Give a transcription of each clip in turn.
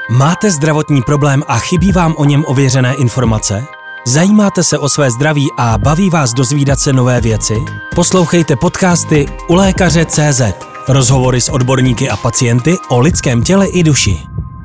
Máte zdravotní problém a chybí vám o něm ověřené informace? Zajímáte se o své zdraví a baví vás dozvídat se nové věci? Poslouchejte podcasty U lékaře.cz. Rozhovory s odborníky a pacienty o lidském těle i duši.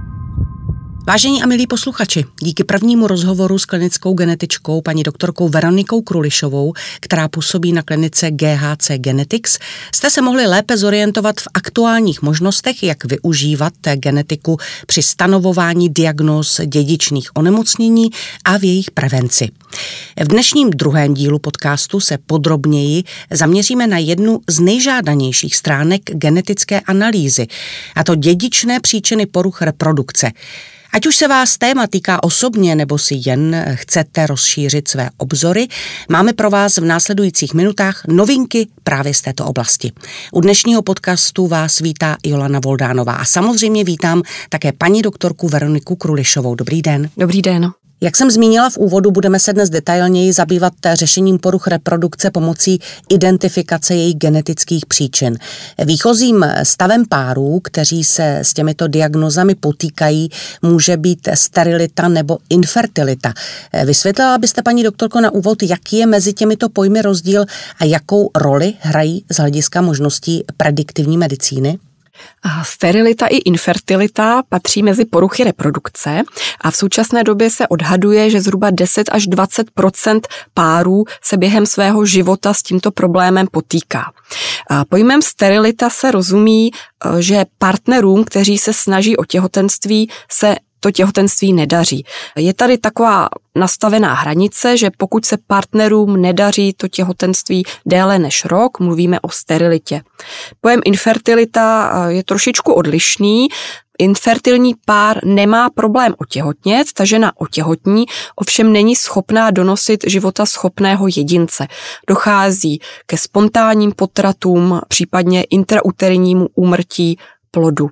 Vážení a milí posluchači, díky prvnímu rozhovoru s klinickou genetičkou paní doktorkou Veronikou Krulišovou, která působí na klinice GHC Genetics, jste se mohli lépe zorientovat v aktuálních možnostech, jak využívat genetiku při stanovování diagnóz dědičných onemocnění a v jejich prevenci. V dnešním druhém dílu podcastu se podrobněji zaměříme na jednu z nejžádanějších stránek genetické analýzy, a to dědičné příčiny poruch reprodukce. Ať už se vás téma týká osobně, nebo si jen chcete rozšířit své obzory, máme pro vás v následujících minutách novinky právě z této oblasti. U dnešního podcastu vás vítá Jolana Voldánová a samozřejmě vítám také paní doktorku Veroniku Krulišovou. Dobrý den. Dobrý den. Jak jsem zmínila v úvodu, budeme se dnes detailněji zabývat řešením poruch reprodukce pomocí identifikace jejich genetických příčin. Výchozím stavem párů, kteří se s těmito diagnózami potýkají, může být sterilita nebo infertilita. Vysvětlila byste, paní doktorko, na úvod, jaký je mezi těmito pojmy rozdíl a jakou roli hrají z hlediska možností prediktivní medicíny? Sterilita i infertilita patří mezi poruchy reprodukce a v současné době se odhaduje, že zhruba 10 až 20% párů se během svého života s tímto problémem potýká. Pojmem sterilita se rozumí, že partnerům, kteří se snaží o těhotenství, se to těhotenství nedaří. Je tady taková nastavená hranice, že pokud se partnerům nedaří to těhotenství déle než rok, mluvíme o sterilitě. Pojem infertilita je trošičku odlišný. Infertilní pár nemá problém otěhotnět, ta žena otěhotní, ovšem není schopná donosit životaschopného jedince. Dochází ke spontánním potratům, případně intrauternímu úmrtí plodu.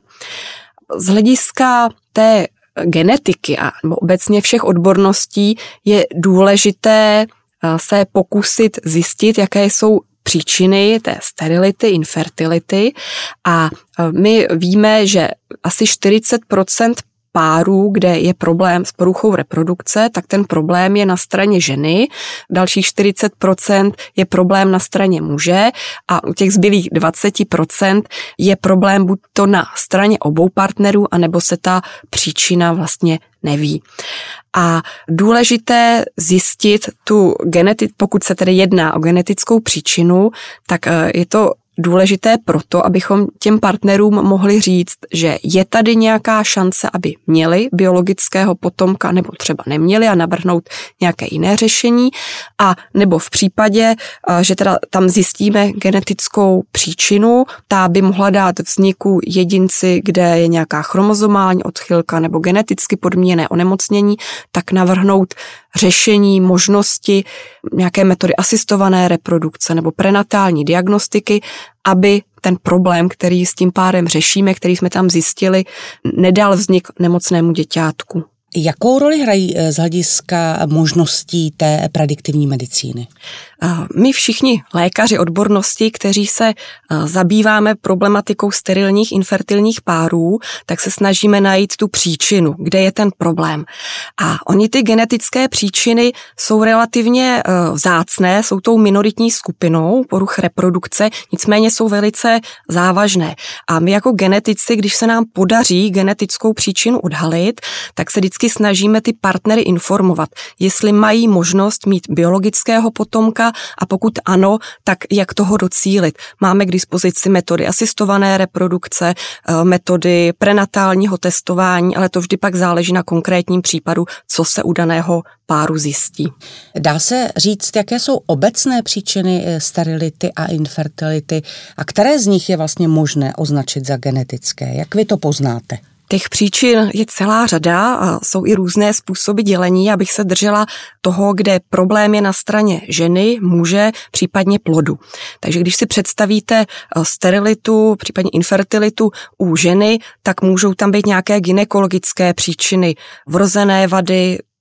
Z hlediska té genetiky a obecně všech odborností je důležité se pokusit zjistit, jaké jsou příčiny té sterility, infertility, a my víme, že asi 40% párů, kde je problém s poruchou reprodukce, tak ten problém je na straně ženy, dalších 40% je problém na straně muže a u těch zbylých 20% je problém buď to na straně obou partnerů, anebo se ta příčina vlastně neví. A důležité zjistit pokud se tedy jedná o genetickou příčinu, tak je to důležité proto, abychom těm partnerům mohli říct, že je tady nějaká šance, aby měli biologického potomka nebo třeba neměli, a navrhnout nějaké jiné řešení, a nebo v případě, že teda tam zjistíme genetickou příčinu, ta by mohla dát vzniku jedinci, kde je nějaká chromozomální odchylka nebo geneticky podmíněné onemocnění, tak navrhnout řešení, možnosti, nějaké metody asistované reprodukce nebo prenatální diagnostiky, aby ten problém, který s tím párem řešíme, který jsme tam zjistili, nedal vznik nemocnému děťátku. Jakou roli hrají z hlediska možností té prediktivní medicíny? My všichni lékaři odbornosti, kteří se zabýváme problematikou sterilních, infertilních párů, tak se snažíme najít tu příčinu, kde je ten problém. A oni ty genetické příčiny jsou relativně vzácné, jsou tou minoritní skupinou poruch reprodukce, nicméně jsou velice závažné. A my jako genetici, když se nám podaří genetickou příčinu odhalit, tak se vždycky snažíme ty partnery informovat, jestli mají možnost mít biologického potomka, a pokud ano, tak jak toho docílit. Máme k dispozici metody asistované reprodukce, metody prenatálního testování, ale to vždy pak záleží na konkrétním případu, co se u daného páru zjistí. Dá se říct, jaké jsou obecné příčiny sterility a infertility a které z nich je vlastně možné označit za genetické? Jak vy to poznáte? Těch příčin je celá řada a jsou i různé způsoby dělení, abych se držela toho, kde problém je na straně ženy, muže, případně plodu. Takže když si představíte sterilitu, případně infertilitu u ženy, tak můžou tam být nějaké gynekologické příčiny, vrozené vady,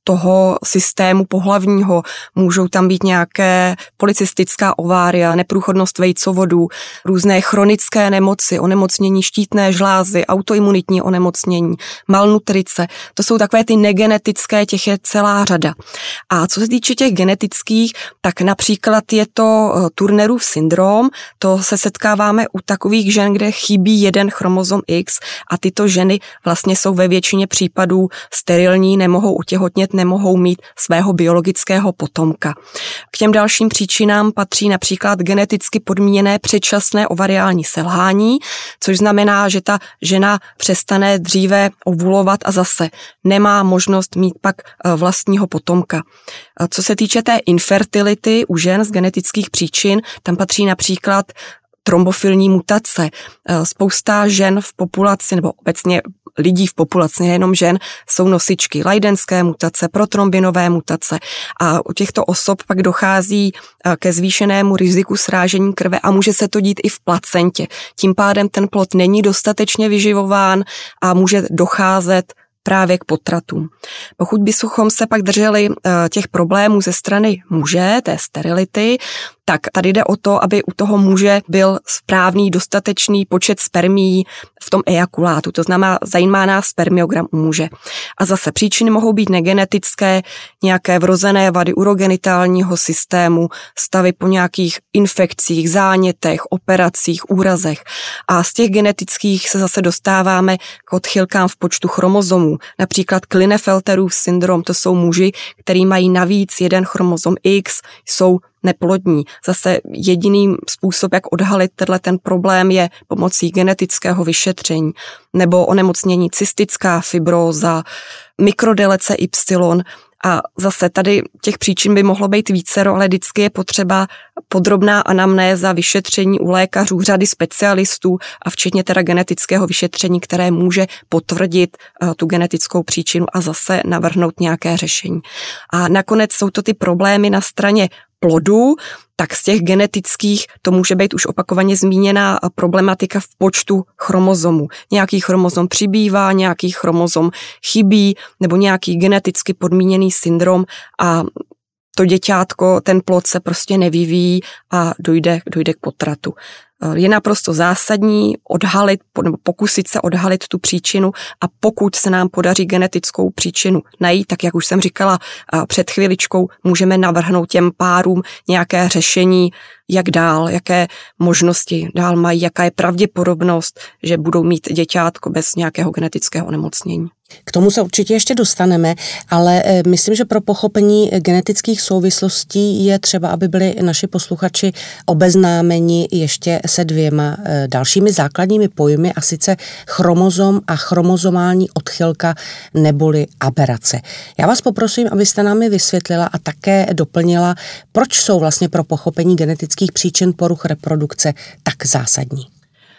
toho systému pohlavního. Můžou tam být nějaké polycystická ovária, neprůchodnost vejcovodů, různé chronické nemoci, onemocnění štítné žlázy, autoimunitní onemocnění, malnutrice. To jsou takové ty negenetické, těch je celá řada. A co se týče těch genetických, tak například je to Turnerův syndrom, to se setkáváme u takových žen, kde chybí jeden chromozom X a tyto ženy vlastně jsou ve většině případů sterilní, nemohou otěhotnět, nemohou mít svého biologického potomka. K těm dalším příčinám patří například geneticky podmíněné předčasné ovariální selhání, což znamená, že ta žena přestane dříve ovulovat a zase nemá možnost mít pak vlastního potomka. Co se týče té infertility u žen z genetických příčin, tam patří například trombofilní mutace. Spousta žen v populaci, nebo obecně lidí v populaci, nejenom žen, jsou nosičky leidenské mutace, protrombinové mutace a u těchto osob pak dochází ke zvýšenému riziku srážení krve a může se to dít i v placentě. Tím pádem ten plod není dostatečně vyživován a může docházet právě k potratům. Pokud bychom se pak drželi těch problémů ze strany muže, té sterility, tak tady jde o to, aby u toho muže byl správný dostatečný počet spermií v tom ejakulátu, to znamená zajímá nás spermiogram u muže. A zase příčiny mohou být negenetické, nějaké vrozené vady urogenitálního systému, stavy po nějakých infekcích, zánětech, operacích, úrazech. A z těch genetických se zase dostáváme k odchylkám v počtu chromozomů. Například Klinefelterův syndrom, to jsou muži, kteří mají navíc jeden chromozom X, jsou neplodní. Zase jediný způsob, jak odhalit ten problém, je pomocí genetického vyšetření nebo onemocnění cystická fibróza, mikrodelece Y. A zase tady těch příčin by mohlo být vícero, ale vždycky je potřeba podrobná anamnéza, vyšetření u lékařů, řady specialistů a včetně teda genetického vyšetření, které může potvrdit tu genetickou příčinu a zase navrhnout nějaké řešení. A nakonec jsou to ty problémy na straně plodu, tak z těch genetických to může být už opakovaně zmíněná problematika v počtu chromozomů. Nějaký chromozom přibývá, nějaký chromozom chybí nebo nějaký geneticky podmíněný syndrom a to děťátko, ten plod se prostě nevyvíjí a dojde k potratu. Je naprosto zásadní odhalit nebo pokusit se odhalit tu příčinu a pokud se nám podaří genetickou příčinu najít, tak jak už jsem říkala před chviličkou, můžeme navrhnout těm párům nějaké řešení, jak dál, jaké možnosti dál mají, jaká je pravděpodobnost, že budou mít děťátko bez nějakého genetického onemocnění. K tomu se určitě ještě dostaneme, ale myslím, že pro pochopení genetických souvislostí je třeba, aby byli naši posluchači obeznámeni ještě se dvěma dalšími základními pojmy, a sice chromozom a chromozomální odchylka neboli aberace. Já vás poprosím, abyste nám je vysvětlila a také doplnila, proč jsou vlastně pro pochopení genetických příčin poruch reprodukce tak zásadní.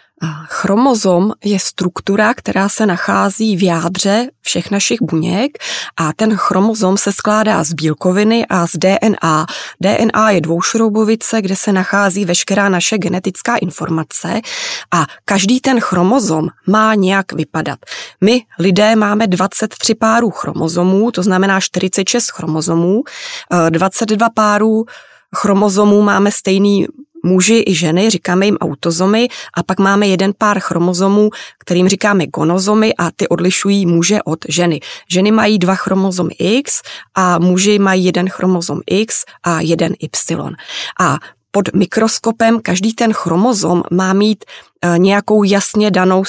Chromozom je struktura, která se nachází v jádře všech našich buněk a ten chromozom se skládá z bílkoviny a z DNA. DNA je dvoušroubovice, kde se nachází veškerá naše genetická informace a každý ten chromozom má nějak vypadat. My lidé máme 23 párů chromozomů, to znamená 46 chromozomů, 22 párů chromozomů máme stejný muži i ženy, říkáme jim autozomy a pak máme jeden pár chromozomů, kterým říkáme gonozomy a ty odlišují muže od ženy. Ženy mají 2 chromozomy X a muži mají 1 chromozom X a 1 Y. A pod mikroskopem každý ten chromozom má mít nějakou jasně danou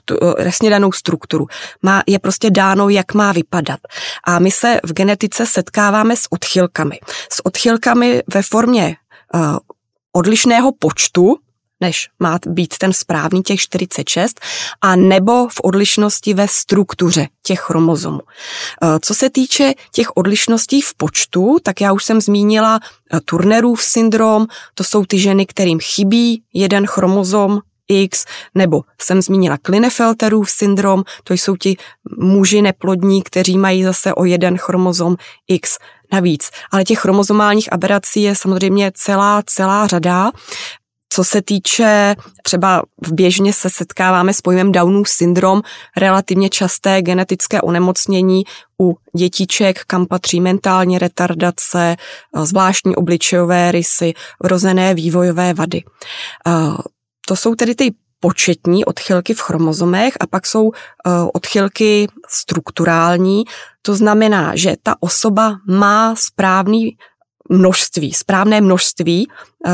strukturu. Je prostě dáno, jak má vypadat. A my se v genetice setkáváme s odchylkami. S odchylkami ve formě odlišného počtu, než má být ten správný, těch 46, a nebo v odlišnosti ve struktuře těch chromozomů. Co se týče těch odlišností v počtu, tak já už jsem zmínila Turnerův syndrom, to jsou ty ženy, kterým chybí jeden chromozom X, nebo jsem zmínila Klinefelterův syndrom, to jsou ti muži neplodní, kteří mají zase o jeden chromozom X navíc. Ale těch chromozomálních aberací je samozřejmě celá řada. Co se týče, třeba v běžně se setkáváme s pojmem Downův syndrom, relativně časté genetické onemocnění u dětiček, kam patří mentální retardace, zvláštní obličejové rysy, vrozené vývojové vady. To jsou tedy ty početní odchylky v chromozomech a pak jsou odchylky strukturální. To znamená, že ta osoba má správné množství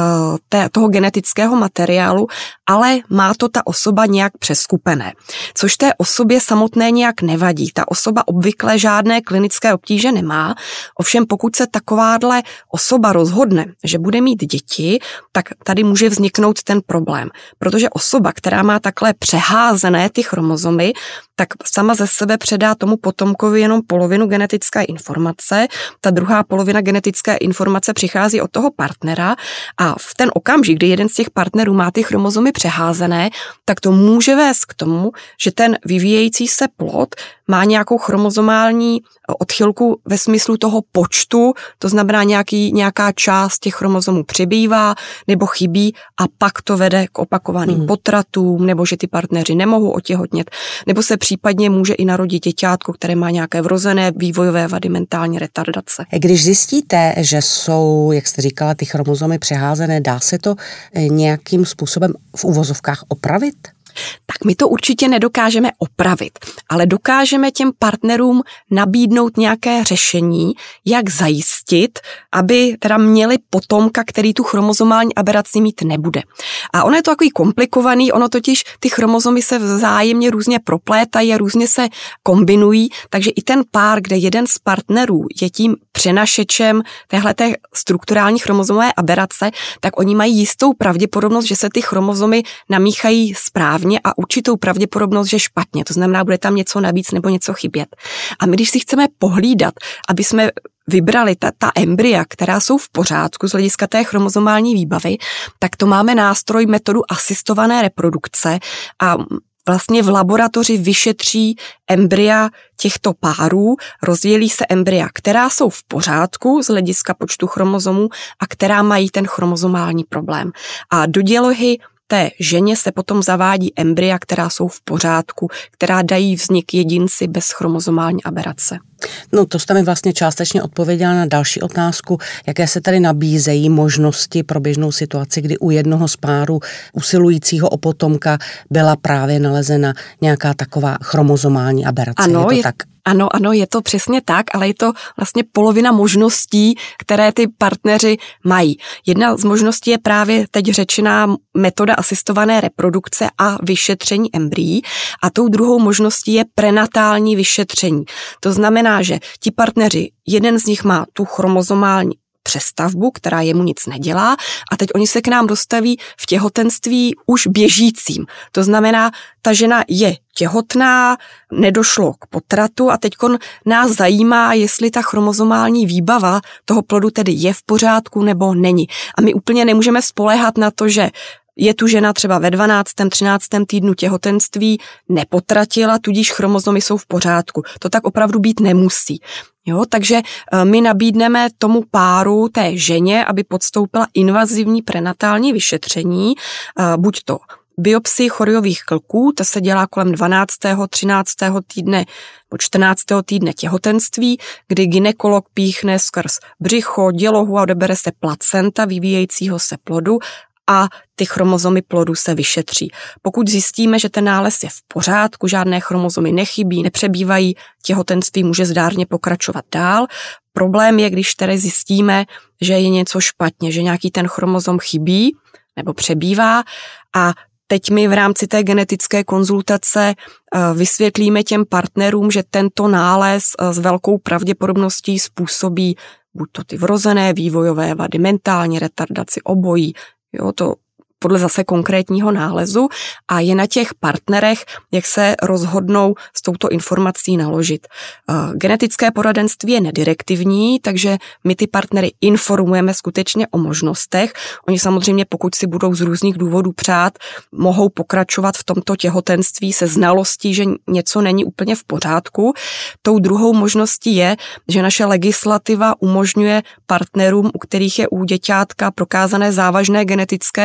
toho genetického materiálu, ale má to ta osoba nějak přeskupené, což té osobě samotné nějak nevadí. Ta osoba obvykle žádné klinické obtíže nemá, ovšem pokud se takováhle osoba rozhodne, že bude mít děti, tak tady může vzniknout ten problém, protože osoba, která má takhle přeházené ty chromozomy, tak sama ze sebe předá tomu potomkovi jenom polovinu genetické informace, ta druhá polovina genetické informace přichází od toho partnera a v ten okamžik, kdy jeden z těch partnerů má ty chromozomy přeházené, tak to může vést k tomu, že ten vyvíjející se plod má nějakou chromozomální odchylku ve smyslu toho počtu, to znamená nějaká část těch chromozomů přibývá nebo chybí a pak to vede k opakovaným potratům, nebo že ty partneři nemohou otěhotnět, nebo se případně může i narodit děťátko, které má nějaké vrozené vývojové vady, mentální retardace. Když zjistíte, že jsou, jak jste říkala, ty chromozomy přeházené, dá se to nějakým způsobem v uvozovkách opravit? Tak my to určitě nedokážeme opravit, ale dokážeme těm partnerům nabídnout nějaké řešení, jak zajistit, aby teda měli potomka, který tu chromozomální aberaci mít nebude. A ono je to takový komplikovaný, ono totiž ty chromozomy se vzájemně různě proplétají a různě se kombinují, takže i ten pár, kde jeden z partnerů je tím přenašečem téhleté strukturální chromozomové aberace, tak oni mají jistou pravděpodobnost, že se ty chromozomy namíchají správně a určitou pravděpodobnost, že špatně. To znamená, bude tam něco navíc nebo něco chybět. A my, když si chceme pohlídat, aby jsme vybrali ta embrya, která jsou v pořádku z hlediska té chromozomální výbavy, tak to máme nástroj metodu asistované reprodukce a vlastně v laboratoři vyšetří embrya těchto párů, rozdělí se embrya, která jsou v pořádku z hlediska počtu chromozomů a která mají ten chromozomální problém. A do dělohy té ženě se potom zavádí embrya, která jsou v pořádku, která dají vznik jedinci bez chromozomální aberace. No to jste mi vlastně částečně odpověděla na další otázku, jaké se tady nabízejí možnosti pro běžnou situaci, kdy u jednoho z párů usilujícího o potomka byla právě nalezena nějaká taková chromozomální aberace. Ano, je to tak? Ano, je to přesně tak, ale je to vlastně polovina možností, které ty partneři mají. Jedna z možností je právě teď řečená metoda asistované reprodukce a vyšetření embryí a tou druhou možností je prenatální vyšetření. To znamená, že ti partneři, jeden z nich má tu chromozomální přestavbu, která jemu nic nedělá a teď oni se k nám dostaví v těhotenství už běžícím. To znamená, ta žena je těhotná, nedošlo k potratu a teďkon nás zajímá, jestli ta chromozomální výbava toho plodu tedy je v pořádku nebo není. A my úplně nemůžeme spoléhat na to, že je tu žena třeba ve 12., 13. týdnu těhotenství, nepotratila, tudíž chromozomy jsou v pořádku. To tak opravdu být nemusí. Jo, takže my nabídneme tomu páru, té ženě, aby podstoupila invazivní prenatální vyšetření, buď to biopsii choriových klků, to se dělá kolem 12., 13. týdne nebo 14. týdne těhotenství, kdy gynekolog píchne skrz břicho, dělohu a odebere se placenta vyvíjejícího se plodu a ty chromozomy plodu se vyšetří. Pokud zjistíme, že ten nález je v pořádku, žádné chromozomy nechybí, nepřebývají, těhotenství může zdárně pokračovat dál. Problém je, když tedy zjistíme, že je něco špatně, že nějaký ten chromozom chybí nebo přebývá a teď my v rámci té genetické konzultace vysvětlíme těm partnerům, že tento nález s velkou pravděpodobností způsobí buď to ty vrozené vývojové vady, mentální retardaci, obojí, jo, to podle zase konkrétního nálezu a je na těch partnerech, jak se rozhodnou s touto informací naložit. Genetické poradenství je nedirektivní, takže my ty partnery informujeme skutečně o možnostech. Oni samozřejmě, pokud si budou z různých důvodů přát, mohou pokračovat v tomto těhotenství se znalostí, že něco není úplně v pořádku. Tou druhou možností je, že naše legislativa umožňuje partnerům, u kterých je u děťátka prokázané závažné genetické onemocnění,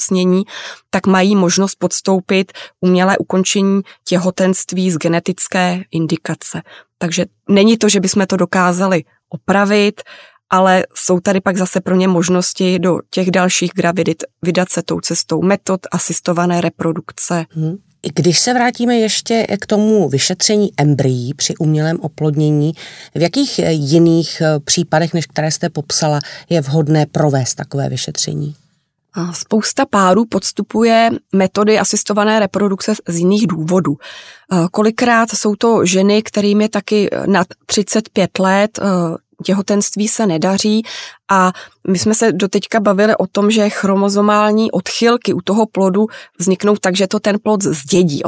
onemocnění, tak mají možnost podstoupit umělé ukončení těhotenství z genetické indikace. Takže není to, že bychom to dokázali opravit, ale jsou tady pak zase pro ně možnosti do těch dalších gravidit vydat se tou cestou metod asistované reprodukce. Když se vrátíme ještě k tomu vyšetření embryí při umělém oplodnění, v jakých jiných případech, než které jste popsala, je vhodné provést takové vyšetření? Spousta párů podstupuje metody asistované reprodukce z jiných důvodů. Kolikrát jsou to ženy, kterým je taky nad 35 let, těhotenství se nedaří a my jsme se doteďka bavili o tom, že chromozomální odchylky u toho plodu vzniknou tak, že to ten plod zdědí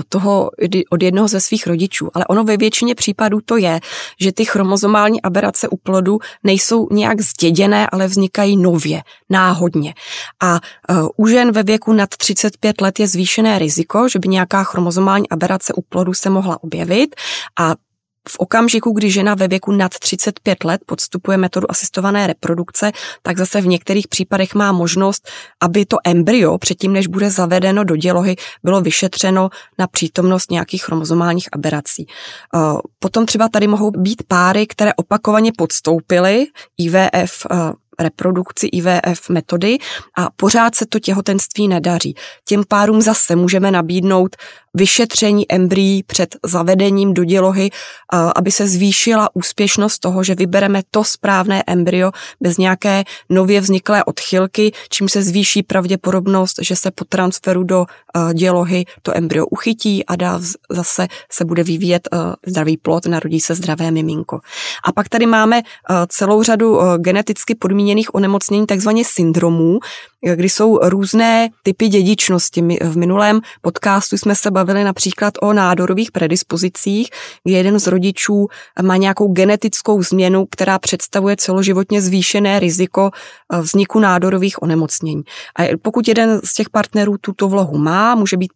od jednoho ze svých rodičů. Ale ono ve většině případů to je, že ty chromozomální aberace u plodu nejsou nějak zděděné, ale vznikají nově, náhodně. A u žen ve věku nad 35 let je zvýšené riziko, že by nějaká chromozomální aberace u plodu se mohla objevit a v okamžiku, kdy žena ve věku nad 35 let podstupuje metodu asistované reprodukce, tak zase v některých případech má možnost, aby to embryo předtím, než bude zavedeno do dělohy, bylo vyšetřeno na přítomnost nějakých chromozomálních aberací. Potom třeba tady mohou být páry, které opakovaně podstoupily IVF reprodukci IVF metody a pořád se to těhotenství nedaří. Těm párům zase můžeme nabídnout vyšetření embryí před zavedením do dělohy, aby se zvýšila úspěšnost toho, že vybereme to správné embryo bez nějaké nově vzniklé odchylky, čím se zvýší pravděpodobnost, že se po transferu do dělohy to embryo uchytí a dál zase se bude vyvíjet zdravý plod, narodí se zdravé miminko. A pak tady máme celou řadu geneticky podmíněných onemocnění, takzvaně syndromů, kdy jsou různé typy dědičnosti. My v minulém podcastu jsme se bavili například o nádorových predispozicích, kdy jeden z rodičů má nějakou genetickou změnu, která představuje celoživotně zvýšené riziko vzniku nádorových onemocnění. A pokud jeden z těch partnerů tuto vlohu má, může být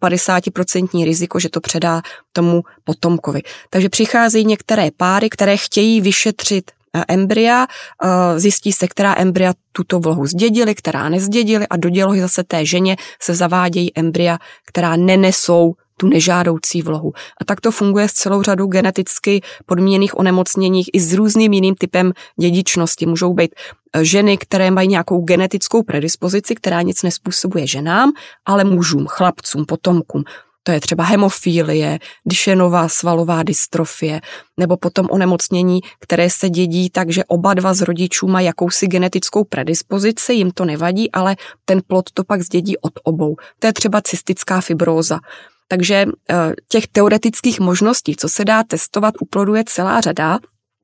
50% riziko, že to předá tomu potomkovi. Takže přicházejí některé páry, které chtějí vyšetřit embrya, zjistí se, která embrya tuto vlohu zdědily, která nezdědily a do dělohy zase té ženě se zavádějí embrya, která nenesou tu nežádoucí vlohu. A tak to funguje s celou řadou geneticky podmíněných onemocněních i s různým jiným typem dědičnosti. Můžou být ženy, které mají nějakou genetickou predispozici, která nic nespůsobuje ženám, ale mužům, chlapcům, potomkům. To je třeba hemofilie, Duchenova svalová dystrofie, nebo potom onemocnění, které se dědí tak, že oba dva z rodičů mají jakousi genetickou predispozici, jim to nevadí, ale ten plod to pak zdědí od obou. To je třeba cystická fibróza. Takže těch teoretických možností, co se dá testovat u plodu, je celá řada.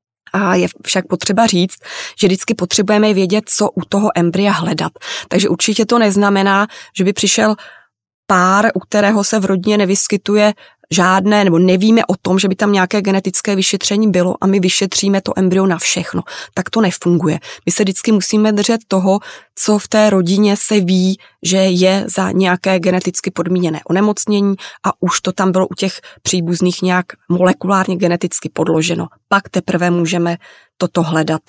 A je však potřeba říct, že vždycky potřebujeme vědět, co u toho embrya hledat. Takže určitě to neznamená, že by přišel pár, u kterého se v rodině nevyskytuje žádné, nebo nevíme o tom, že by tam nějaké genetické vyšetření bylo a my vyšetříme to embryo na všechno. Tak to nefunguje. My se vždycky musíme držet toho, co v té rodině se ví, že je za nějaké geneticky podmíněné onemocnění a už to tam bylo u těch příbuzných nějak molekulárně geneticky podloženo. Pak teprve můžeme toto hledat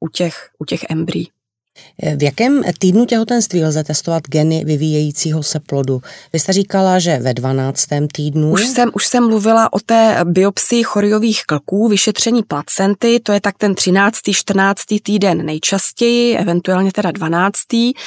u těch embryí. V jakém týdnu těhotenství lze testovat geny vyvíjejícího se plodu? Vy jste říkala, že ve 12. týdnu. Už jsem mluvila o té biopsii choriových klků, vyšetření placenty, to je tak ten 13., 14. týden nejčastěji, eventuálně teda 12.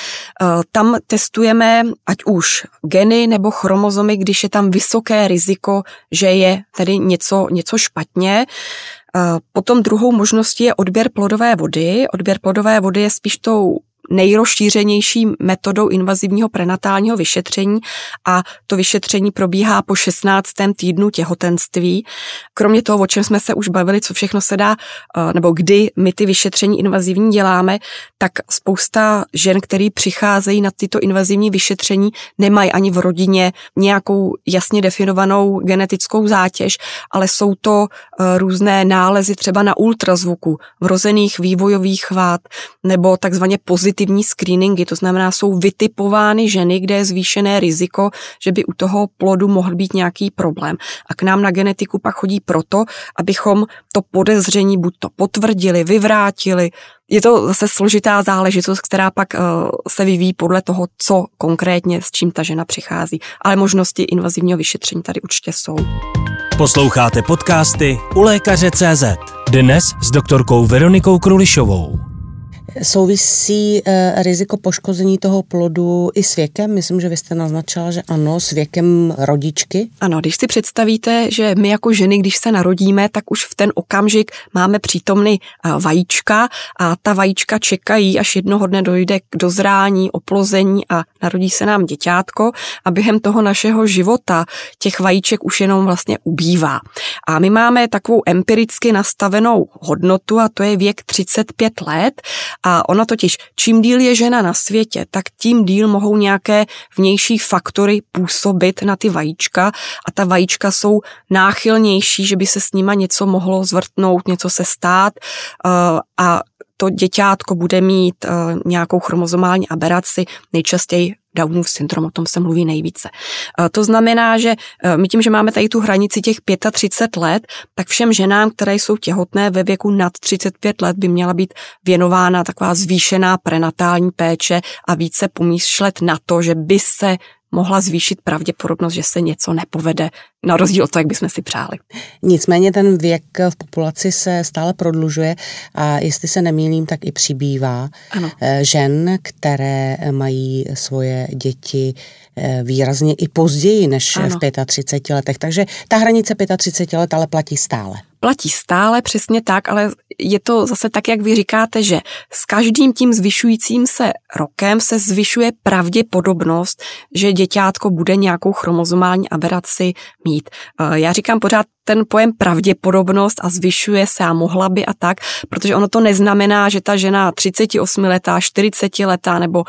Tam testujeme ať už geny nebo chromozomy, když je tam vysoké riziko, že je tedy něco špatně. Potom druhou možností je odběr plodové vody. Odběr plodové vody je spíš tou nejrozšířenější metodou invazivního prenatálního vyšetření a to vyšetření probíhá po 16. týdnu těhotenství. Kromě toho, o čem jsme se už bavili, co všechno se dá, nebo kdy my ty vyšetření invazivní děláme, tak spousta žen, který přicházejí na tyto invazivní vyšetření, nemají ani v rodině nějakou jasně definovanou genetickou zátěž, ale jsou to různé nálezy třeba na ultrazvuku, vrozených vývojových vád nebo takzvaně pozitivních preventivní screeningy, to znamená, jsou vytipovány ženy, kde je zvýšené riziko, že by u toho plodu mohl být nějaký problém. A k nám na genetiku pak chodí proto, abychom to podezření buď to potvrdili, vyvrátili. Je to zase složitá záležitost, která pak se vyvíjí podle toho, co konkrétně s čím ta žena přichází. Ale možnosti invazivního vyšetření tady určitě jsou. Posloucháte podcasty u lékaře.cz. Dnes s doktorkou Veronikou Krulišovou. Souvisí riziko poškození toho plodu i s věkem? Myslím, že vy jste naznačila, že ano, s věkem rodičky. Ano, když si představíte, že my jako ženy, když se narodíme, tak už v ten okamžik máme přítomny vajíčka a ta vajíčka čekají, až jednoho dne dojde k dozrání, oplození a narodí se nám děťátko a během toho našeho života těch vajíček už jenom vlastně ubývá. A my máme takovou empiricky nastavenou hodnotu a to je věk 35 let. A ona totiž, čím díl je žena na světě, tak tím díl mohou nějaké vnější faktory působit na ty vajíčka a ta vajíčka jsou náchylnější, že by se s nima něco mohlo zvrtnout, něco se stát a to děťátko bude mít nějakou chromozomální aberaci, nejčastěji Downův syndrom, o tom se mluví nejvíce. To znamená, že my tím, že máme tady tu hranici těch 35 let, tak všem ženám, které jsou těhotné ve věku nad 35 let, by měla být věnována taková zvýšená prenatální péče a více pomýšlet na to, že by se mohla zvýšit pravděpodobnost, že se něco nepovede, na rozdíl od toho, jak bychom si přáli. Nicméně ten věk v populaci se stále prodlužuje a jestli se nemýlím, tak i přibývá žen, které mají svoje děti výrazně i později než v 35 letech. Takže ta hranice 35 let ale platí stále. Platí stále, přesně tak, ale je to zase tak, jak vy říkáte, že s každým tím zvyšujícím se rokem se zvyšuje pravděpodobnost, že děťátko bude nějakou chromozomální aberaci mít. Já říkám pořád ten pojem pravděpodobnost a zvyšuje se a mohla by a tak, protože ono to neznamená, že ta žena 38letá, 40letá nebo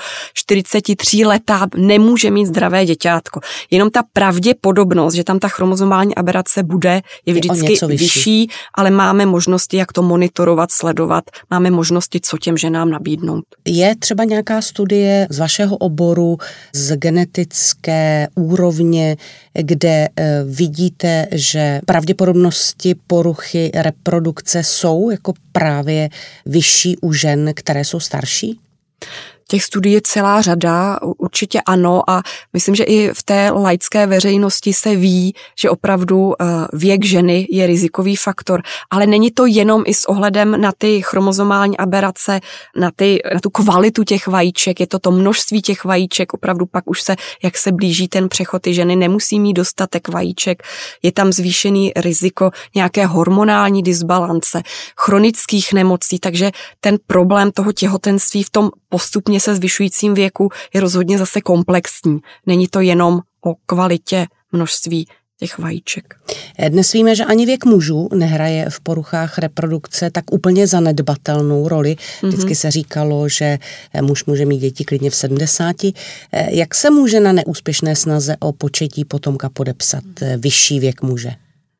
43letá nemůže mít zdravé děťátko. Jenom ta pravděpodobnost, že tam ta chromozomální aberace bude, je vždycky vyšší, ale máme možnosti, jak to monitorovat, sledovat, máme možnosti, co těm ženám nabídnout. Je třeba nějaká studie z vašeho oboru, z genetické úrovně, kde vidíte, že pravděpodobnosti poruchy reprodukce jsou jako právě vyšší u žen, které jsou starší? Těch studií je celá řada, určitě ano a myslím, že i v té laické veřejnosti se ví, že opravdu věk ženy je rizikový faktor, ale není to jenom i s ohledem na ty chromozomální aberace, na tu kvalitu těch vajíček, je to množství těch vajíček, opravdu pak už se, jak se blíží ten přechod, ty ženy nemusí mít dostatek vajíček, je tam zvýšený riziko nějaké hormonální disbalance, chronických nemocí, takže ten problém toho těhotenství v tom postupně se zvyšujícím věku je rozhodně zase komplexní. Není to jenom o kvalitě množství těch vajíček. Dnes víme, že ani věk mužů nehraje v poruchách reprodukce tak úplně zanedbatelnou roli. Vždycky se říkalo, že muž může mít děti klidně v 70. Jak se může na neúspěšné snaze o početí potomka podepsat vyšší věk muže?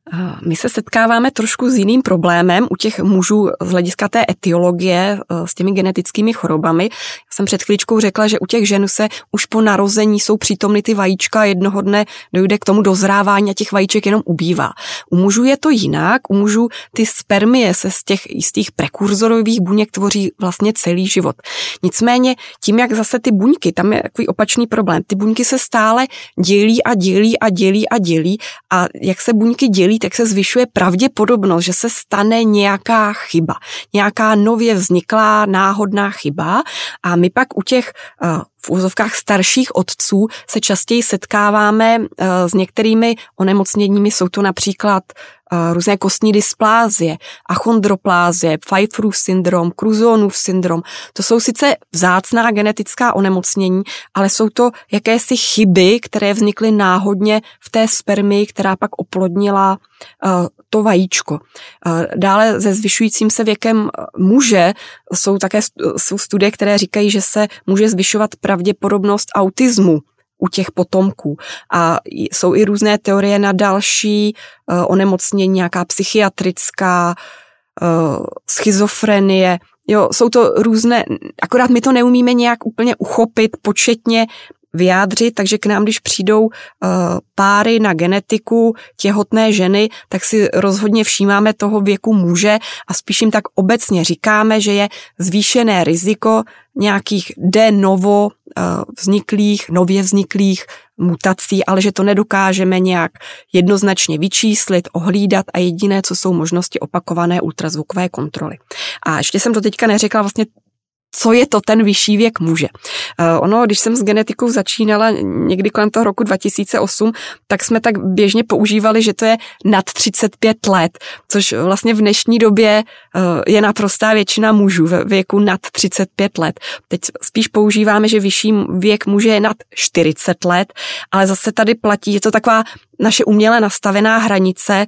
My se setkáváme trošku s jiným problémem u těch mužů z hlediska té etiologie s těmi genetickými chorobami. Já jsem před chvíličkou řekla, že u těch žen se už po narození jsou přítomny ty vajíčka a jednoho dne dojde k tomu dozrávání a těch vajíček jenom ubývá. U mužů je to jinak, u mužů ty spermie se z těch jistých prekurzorových buněk tvoří vlastně celý život. Nicméně tím, jak zase ty buňky, tam je takový opačný problém, ty buňky se stále dělí a dělí a dělí a dělí a jak se buňky dělí, tak se zvyšuje pravděpodobnost, že se stane nějaká chyba, nějaká nově vzniklá náhodná chyba a my pak u těch v úzovkách starších otců se častěji setkáváme s některými onemocněními, jsou to například různé kostní dysplázie, achondroplázie, Pfeifferův syndrom, Cruzonův syndrom. To jsou sice vzácná genetická onemocnění, ale jsou to jakési chyby, které vznikly náhodně v té spermii, která pak oplodnila to vajíčko. Dále se zvyšujícím se věkem muže jsou také studie, které říkají, že se může zvyšovat pravděpodobnost autismu u těch potomků. A jsou i různé teorie na další onemocnění, nějaká psychiatrická, schizofrenie. Jo, jsou to různé, akorát my to neumíme nějak úplně uchopit, početně vyjádřit, takže k nám, když přijdou páry na genetiku těhotné ženy, tak si rozhodně všímáme toho věku muže a spíš jim tak obecně říkáme, že je zvýšené riziko nějakých nově vzniklých mutací, ale že to nedokážeme nějak jednoznačně vyčíslit, ohlídat a jediné, co jsou možnosti opakované ultrazvukové kontroly. A ještě jsem to teďka neřekla vlastně, co je to ten vyšší věk muže. Ono, když jsem s genetikou začínala někdy kolem toho roku 2008, tak jsme tak běžně používali, že to je nad 35 let, což vlastně v dnešní době je naprostá většina mužů ve věku nad 35 let. Teď spíš používáme, že vyšší věk muže je nad 40 let, ale zase tady platí, je to taková naše uměle nastavená hranice,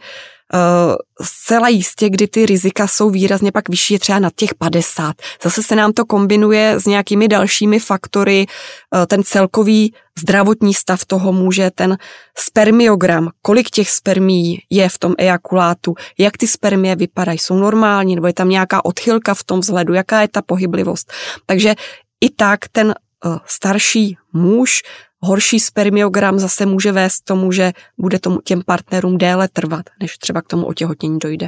zcela jistě, kdy ty rizika jsou výrazně pak vyšší, je třeba nad těch 50. Zase se nám to kombinuje s nějakými dalšími faktory, ten celkový zdravotní stav toho muže, ten spermiogram, kolik těch spermií je v tom ejakulátu, jak ty spermie vypadají, jsou normální, nebo je tam nějaká odchylka v tom vzhledu, jaká je ta pohyblivost. Takže i tak ten starší muž, horší spermiogram zase může vést k tomu, že bude těm partnerům déle trvat, než třeba k tomu otěhotnění dojde.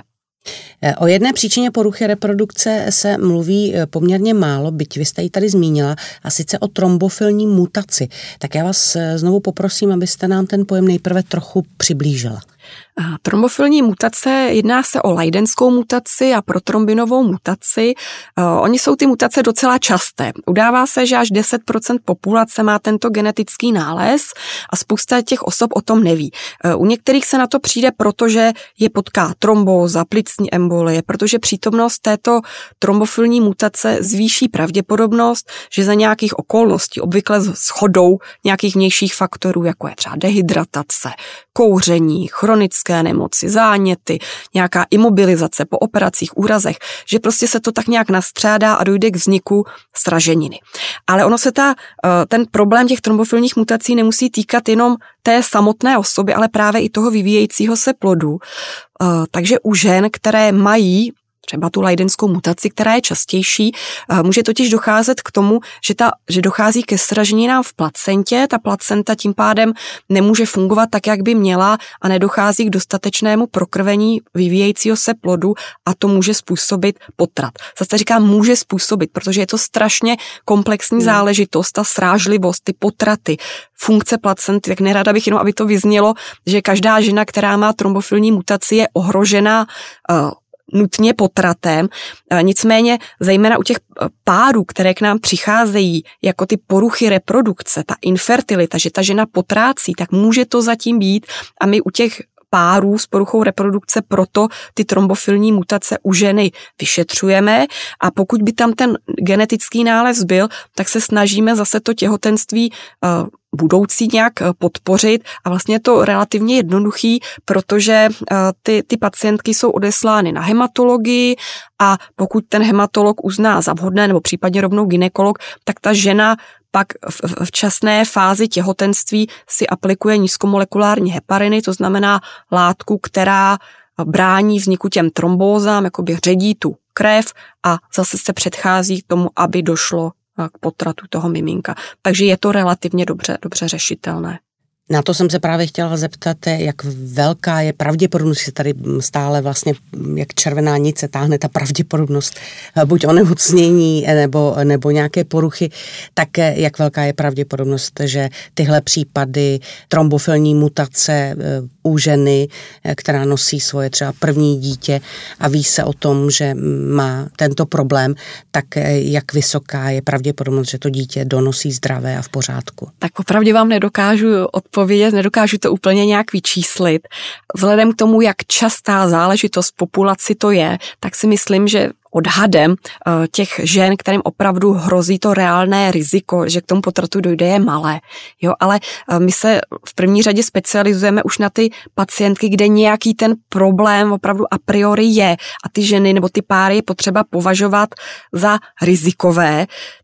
O jedné příčině poruchy reprodukce se mluví poměrně málo, byť vy jste ji tady zmínila, a sice o trombofilní mutaci. Tak já vás znovu poprosím, abyste nám ten pojem nejprve trochu přiblížila. Trombofilní mutace, jedná se o Leidenskou mutaci a protrombinovou mutaci. Oni jsou ty mutace docela časté. Udává se, že až 10% populace má tento genetický nález a spousta těch osob o tom neví. U některých se na to přijde, protože je potká trombóza, plicní embolie, protože přítomnost této trombofilní mutace zvýší pravděpodobnost, že za nějakých okolností, obvykle shodou nějakých vnějších faktorů, jako je třeba dehydratace, kouření, chronické nemoci, záněty, nějaká imobilizace po operacích, úrazech, že prostě se to tak nějak nastřádá a dojde k vzniku sraženiny. Ale ono se ten problém těch trombofilních mutací nemusí týkat jenom té samotné osoby, ale právě i toho vyvíjejícího se plodu. Takže u žen, které mají třeba tu Leidenskou mutaci, která je častější, může totiž docházet k tomu, že dochází ke sraženinám v placentě, ta placenta tím pádem nemůže fungovat tak, jak by měla a nedochází k dostatečnému prokrvení vyvíjejícího se plodu a to může způsobit potrat. Zase říkám může způsobit, protože je to strašně komplexní záležitost, ta srážlivost, ty potraty, funkce placenty, tak nerada bych jenom, aby to vyznělo, že každá žena, která má trombofilní mutaci, je ohrožena nutně potratem. Nicméně zejména u těch párů, které k nám přicházejí jako ty poruchy reprodukce, ta infertilita, že ta žena potrácí, tak může to zatím být a my u těch párů s poruchou reprodukce proto ty trombofilní mutace u ženy vyšetřujeme a pokud by tam ten genetický nález byl, tak se snažíme zase to těhotenství budoucí nějak podpořit a vlastně je to relativně jednoduchý, protože ty pacientky jsou odeslány na hematologii a pokud ten hematolog uzná za vhodné nebo případně rovnou gynekolog, tak ta žena pak v včasné fázi těhotenství si aplikuje nízkomolekulární hepariny, to znamená látku, která brání vzniku těm trombózám, jakoby ředí tu krev a zase se předchází k tomu, aby došlo k potratu toho miminka. Takže je to relativně dobře řešitelné. Na to jsem se právě chtěla zeptat, jak velká je pravděpodobnost, že tady stále vlastně jak červená niť se táhne ta pravděpodobnost buď onemocnění nebo nějaké poruchy, tak jak velká je pravděpodobnost, že tyhle případy trombofilní mutace u ženy, která nosí svoje třeba první dítě a ví se o tom, že má tento problém, tak jak vysoká je pravděpodobnost, že to dítě donosí zdravé a v pořádku? Tak popravdě vám nedokážu odpovědět, nedokážu to úplně nějak vyčíslit. Vzhledem k tomu, jak častá záležitost v populaci to je, tak si myslím, že odhadem těch žen, kterým opravdu hrozí to reálné riziko, že k tomu potratu dojde, je malé. Jo, ale my se v první řadě specializujeme už na ty pacientky, kde nějaký ten problém opravdu a priori je a ty ženy nebo ty páry je potřeba považovat za rizikové.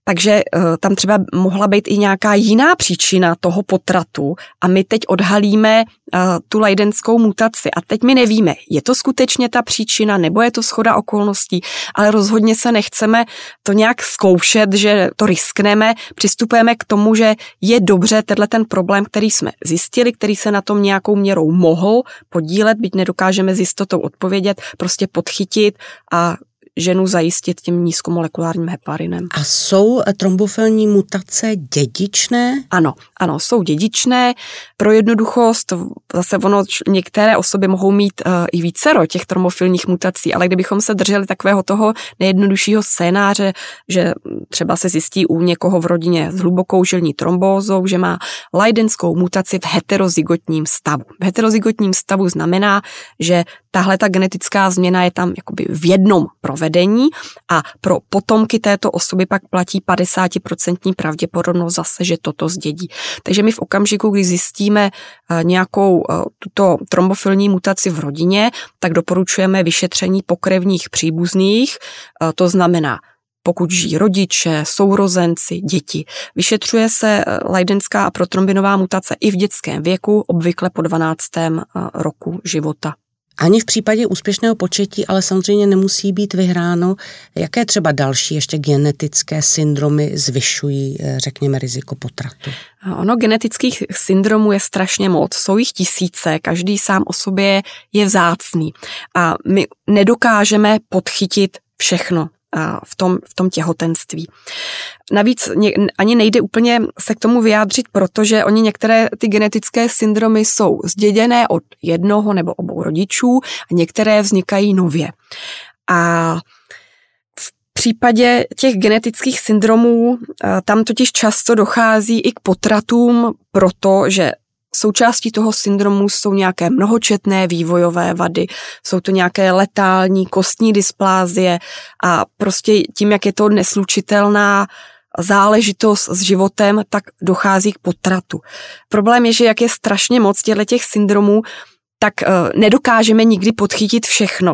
Takže tam třeba mohla být i nějaká jiná příčina toho potratu a my teď odhalíme tu leidenskou mutaci a teď my nevíme, je to skutečně ta příčina nebo je to shoda okolností, ale rozhodně se nechceme to nějak zkoušet, že to riskneme, přistupujeme k tomu, že je dobře ten problém, který jsme zjistili, který se na tom nějakou měrou mohl podílet, byť nedokážeme s jistotou odpovědět, prostě podchytit a ženu zajistit tím nízkomolekulárním heparinem. A jsou trombofilní mutace dědičné? Ano, jsou dědičné. Pro jednoduchost, zase některé osoby mohou mít i vícero těch trombofilních mutací, ale kdybychom se drželi takového toho nejjednoduššího scénáře, že třeba se zjistí u někoho v rodině s hlubokou žilní trombózou, že má leidenskou mutaci v heterozygotním stavu. V heterozygotním stavu znamená, že tahle ta genetická změna je tam jakoby v jednom provedení a pro potomky této osoby pak platí 50% pravděpodobnost zase, že toto zdědí. Takže my v okamžiku, kdy zjistíme nějakou tuto trombofilní mutaci v rodině, tak doporučujeme vyšetření pokrevních příbuzných, to znamená pokud žijí rodiče, sourozenci, děti. Vyšetřuje se leidenská a protrombinová mutace i v dětském věku, obvykle po 12. roku života. Ani v případě úspěšného početí, ale samozřejmě nemusí být vyhráno. Jaké třeba další ještě genetické syndromy zvyšují, řekněme, riziko potratu? Ono genetických syndromů je strašně moc, jsou jich tisíce, každý sám o sobě je vzácný a my nedokážeme podchytit všechno v tom těhotenství. Navíc ani nejde úplně se k tomu vyjádřit, protože oni některé ty genetické syndromy jsou zděděné od jednoho nebo obou rodičů a některé vznikají nově. A v případě těch genetických syndromů tam totiž často dochází i k potratům, protože součástí toho syndromu jsou nějaké mnohočetné vývojové vady, jsou to nějaké letální kostní dysplázie a prostě tím, jak je to neslučitelná záležitost s životem, tak dochází k potratu. Problém je, že jak je strašně moc těch syndromů, tak nedokážeme nikdy podchytit všechno.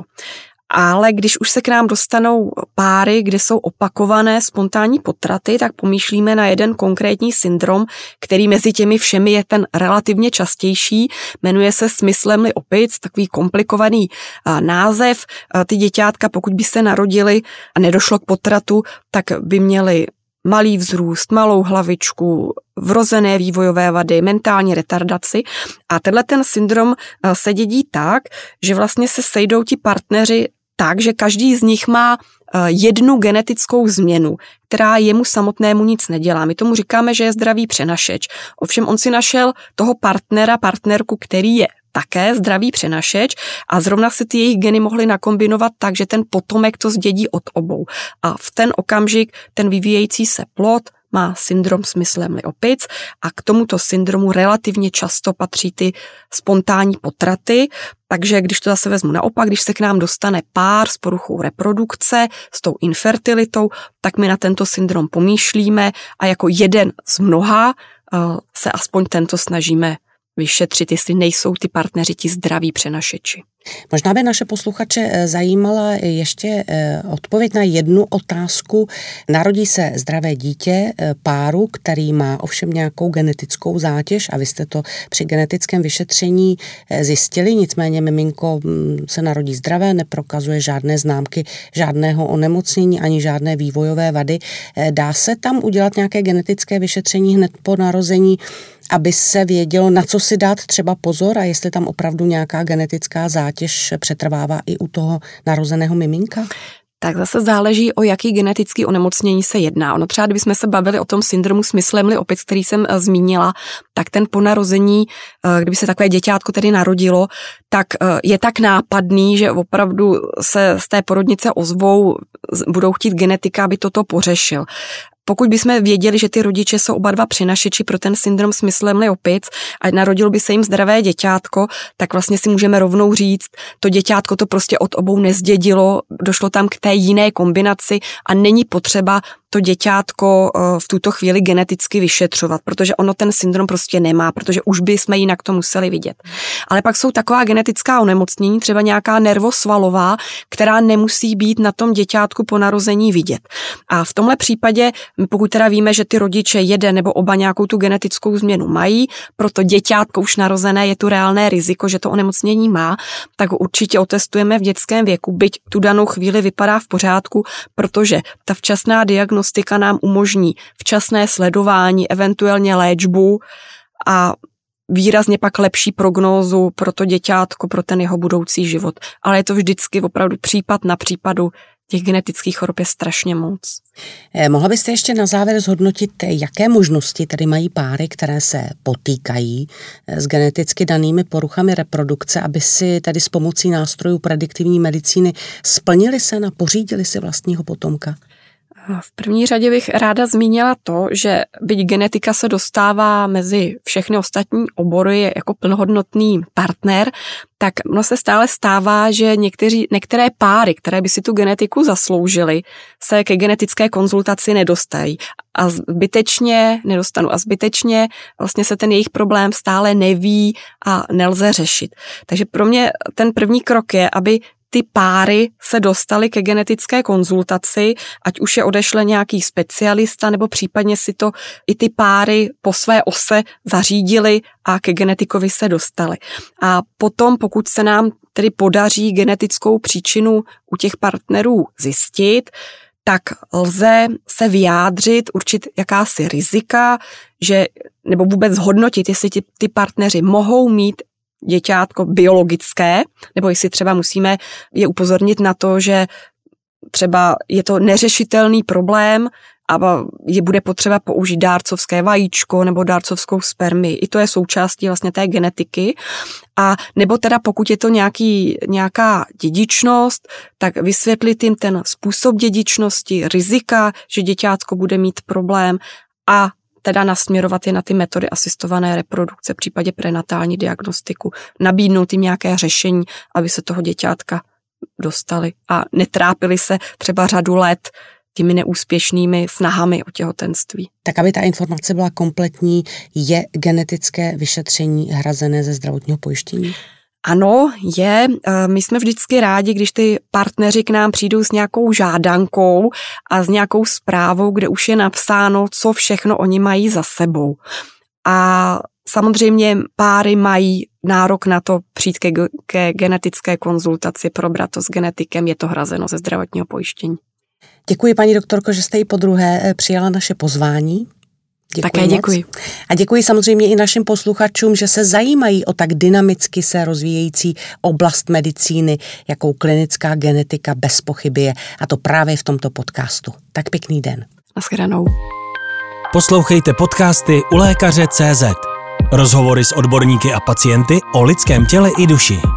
Ale když už se k nám dostanou páry, kde jsou opakované spontánní potraty, tak pomýšlíme na jeden konkrétní syndrom, který mezi těmi všemi je ten relativně častější. Jmenuje se Smith-Lemli opic, takový komplikovaný název. Ty děťátka, pokud by se narodily a nedošlo k potratu, tak by měly malý vzrůst, malou hlavičku, vrozené vývojové vady, mentální retardaci. A ten syndrom se dědí tak, že vlastně se sejdou ti partneři tak, že každý z nich má jednu genetickou změnu, která jemu samotnému nic nedělá. My tomu říkáme, že je zdravý přenašeč. Ovšem on si našel toho partnerku, který je také zdravý přenašeč a zrovna se ty jejich geny mohly nakombinovat tak, že ten potomek to zdědí od obou. A v ten okamžik ten vyvíjející se plod má syndrom Smith-Lemli opic a k tomuto syndromu relativně často patří ty spontánní potraty, takže když to zase vezmu naopak, když se k nám dostane pár s poruchou reprodukce, s tou infertilitou, tak my na tento syndrom pomýšlíme a jako jeden z mnoha se aspoň tento snažíme vyšetřit, jestli nejsou ty partneři ti zdraví přenašeči. Možná by naše posluchače zajímala ještě odpověď na jednu otázku. Narodí se zdravé dítě páru, který má ovšem nějakou genetickou zátěž a vy jste to při genetickém vyšetření zjistili, nicméně miminko se narodí zdravé, neprokazuje žádné známky žádného onemocnění ani žádné vývojové vady. Dá se tam udělat nějaké genetické vyšetření hned po narození, aby se vědělo, na co si dát třeba pozor a jestli tam opravdu nějaká genetická zátěž přetrvává i u toho narozeného miminka? Tak zase záleží, o jaký genetický onemocnění se jedná. Ono třeba, kdybychom se bavili o tom syndromu Smith-Lemli opic, který jsem zmínila, tak ten po narození, kdyby se takové děťátko tedy narodilo, tak je tak nápadný, že opravdu se z té porodnice ozvou, budou chtít genetika, aby toto pořešil. Pokud bychom věděli, že ty rodiče jsou oba dva přenašeči pro ten syndrom Smith-Lemli opic a narodilo by se jim zdravé děťátko, tak vlastně si můžeme rovnou říct, to děťátko to prostě od obou nezdědilo, došlo tam k té jiné kombinaci a není potřeba to děťátko v tuto chvíli geneticky vyšetřovat, protože ono ten syndrom prostě nemá, protože už bychom jinak to museli vidět. Ale pak jsou taková genetická onemocnění, třeba nějaká nervosvalová, která nemusí být na tom děťátku po narození vidět. A v tomhle případě, pokud teda víme, že ty rodiče jeden nebo oba nějakou tu genetickou změnu mají, proto děťátko už narozené je tu reálné riziko, že to onemocnění má, tak ho určitě otestujeme v dětském věku, byť tu danou chvíli vypadá v pořádku, protože ta včasná diagnostika nám umožní včasné sledování, eventuálně léčbu a výrazně pak lepší prognózu pro to děťátko, pro ten jeho budoucí život. Ale je to vždycky opravdu případ na případu, těch genetických chorob je strašně moc. Mohla byste ještě na závěr zhodnotit, jaké možnosti tady mají páry, které se potýkají s geneticky danými poruchami reprodukce, aby si tady s pomocí nástrojů prediktivní medicíny splnili se a pořídili si vlastního potomka? V první řadě bych ráda zmínila to, že byť genetika se dostává mezi všechny ostatní obory jako plnohodnotný partner, tak ono se stále stává, že některé páry, které by si tu genetiku zasloužily, se ke genetické konzultaci nedostají a zbytečně vlastně se ten jejich problém stále neví a nelze řešit. Takže pro mě ten první krok je, aby ty páry se dostaly ke genetické konzultaci, ať už je odešle nějaký specialista, nebo případně si to i ty páry po své ose zařídili a ke genetikovi se dostali. A potom, pokud se nám tedy podaří genetickou příčinu u těch partnerů zjistit, tak lze se vyjádřit, určit jakási rizika, nebo vůbec zhodnotit, jestli ty partneři mohou mít děťátko biologické, nebo jestli třeba musíme je upozornit na to, že třeba je to neřešitelný problém a je bude potřeba použít dárcovské vajíčko nebo dárcovskou spermii. I to je součástí vlastně té genetiky. A nebo teda pokud je to nějaká dědičnost, tak vysvětlit jim ten způsob dědičnosti, rizika, že děťátko bude mít problém a teda nasměrovat je na ty metody asistované reprodukce, v případě prenatální diagnostiku, nabídnout jim nějaké řešení, aby se toho děťátka dostali a netrápili se třeba řadu let těmi neúspěšnými snahami o těhotenství. Tak aby ta informace byla kompletní, je genetické vyšetření hrazené ze zdravotního pojištění? Ano, je. My jsme vždycky rádi, když ty partneři k nám přijdou s nějakou žádankou a s nějakou zprávou, kde už je napsáno, co všechno oni mají za sebou. A samozřejmě páry mají nárok na to přijít ke genetické konzultaci, probrat to s genetikem, je to hrazeno ze zdravotního pojištění. Děkuji, paní doktorko, že jste i podruhé přijala naše pozvání. Také děkuji. A děkuji samozřejmě i našim posluchačům, že se zajímají o tak dynamicky se rozvíjející oblast medicíny, jakou klinická genetika bez pochyby je. A to právě v tomto podcastu. Tak pěkný den. Naschledanou. Poslouchejte podcasty u lékaře.cz. Rozhovory s odborníky a pacienty o lidském těle i duši.